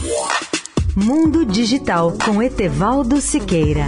Mundo Digital com Etevaldo Siqueira.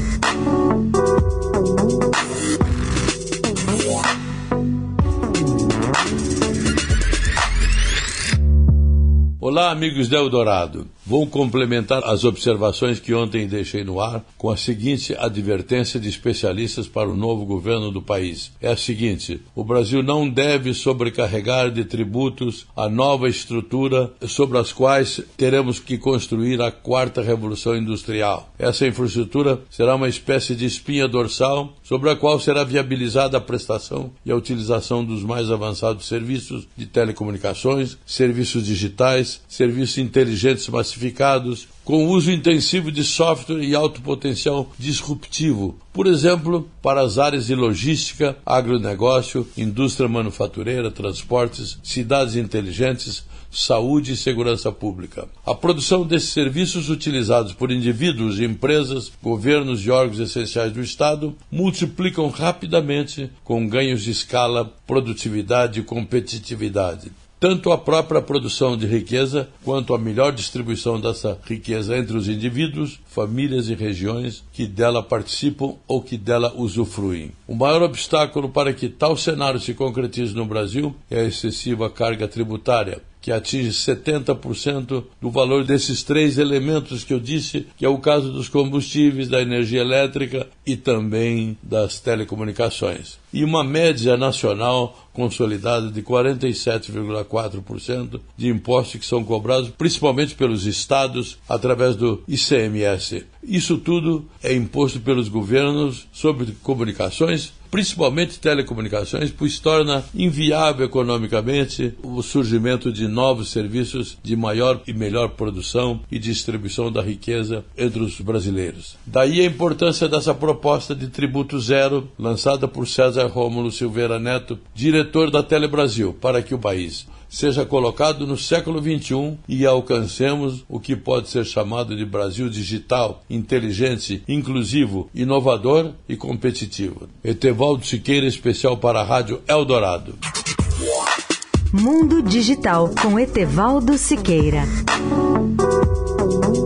Olá, amigos da Eldorado. Vou complementar as observações que ontem deixei no ar com a seguinte advertência de especialistas para o novo governo do país. É a seguinte: o Brasil não deve sobrecarregar de tributos a nova estrutura sobre as quais teremos que construir a quarta revolução industrial. Essa infraestrutura será uma espécie de espinha dorsal sobre a qual será viabilizada a prestação e a utilização dos mais avançados serviços de telecomunicações, serviços digitais, serviços inteligentes massificados, com uso intensivo de software e alto potencial disruptivo, por exemplo, para as áreas de logística, agronegócio, indústria manufatureira, transportes, cidades inteligentes, saúde e segurança pública. A produção desses serviços utilizados por indivíduos, empresas, governos e órgãos essenciais do Estado multiplicam rapidamente com ganhos de escala, produtividade e competitividade. Tanto a própria produção de riqueza, quanto a melhor distribuição dessa riqueza entre os indivíduos, famílias e regiões que dela participam ou que dela usufruem. O maior obstáculo para que tal cenário se concretize no Brasil é a excessiva carga tributária, que atinge 70% do valor desses três elementos que eu disse, que é o caso dos combustíveis, da energia elétrica e também das telecomunicações. E uma média nacional consolidada de 47,4% de impostos que são cobrados principalmente pelos estados através do ICMS. Isso tudo é imposto pelos governos sobre comunicações, principalmente telecomunicações, pois torna inviável economicamente o surgimento de novos serviços de maior e melhor produção e distribuição da riqueza entre os brasileiros. Daí a importância dessa proposta de tributo zero, lançada por César Rômulo Silveira Neto, diretor da Telebrasil, para que o país seja colocado no século XXI e alcancemos o que pode ser chamado de Brasil digital, inteligente, inclusivo, inovador e competitivo. Etevaldo Siqueira, especial para a Rádio Eldorado. Mundo Digital com Etevaldo Siqueira.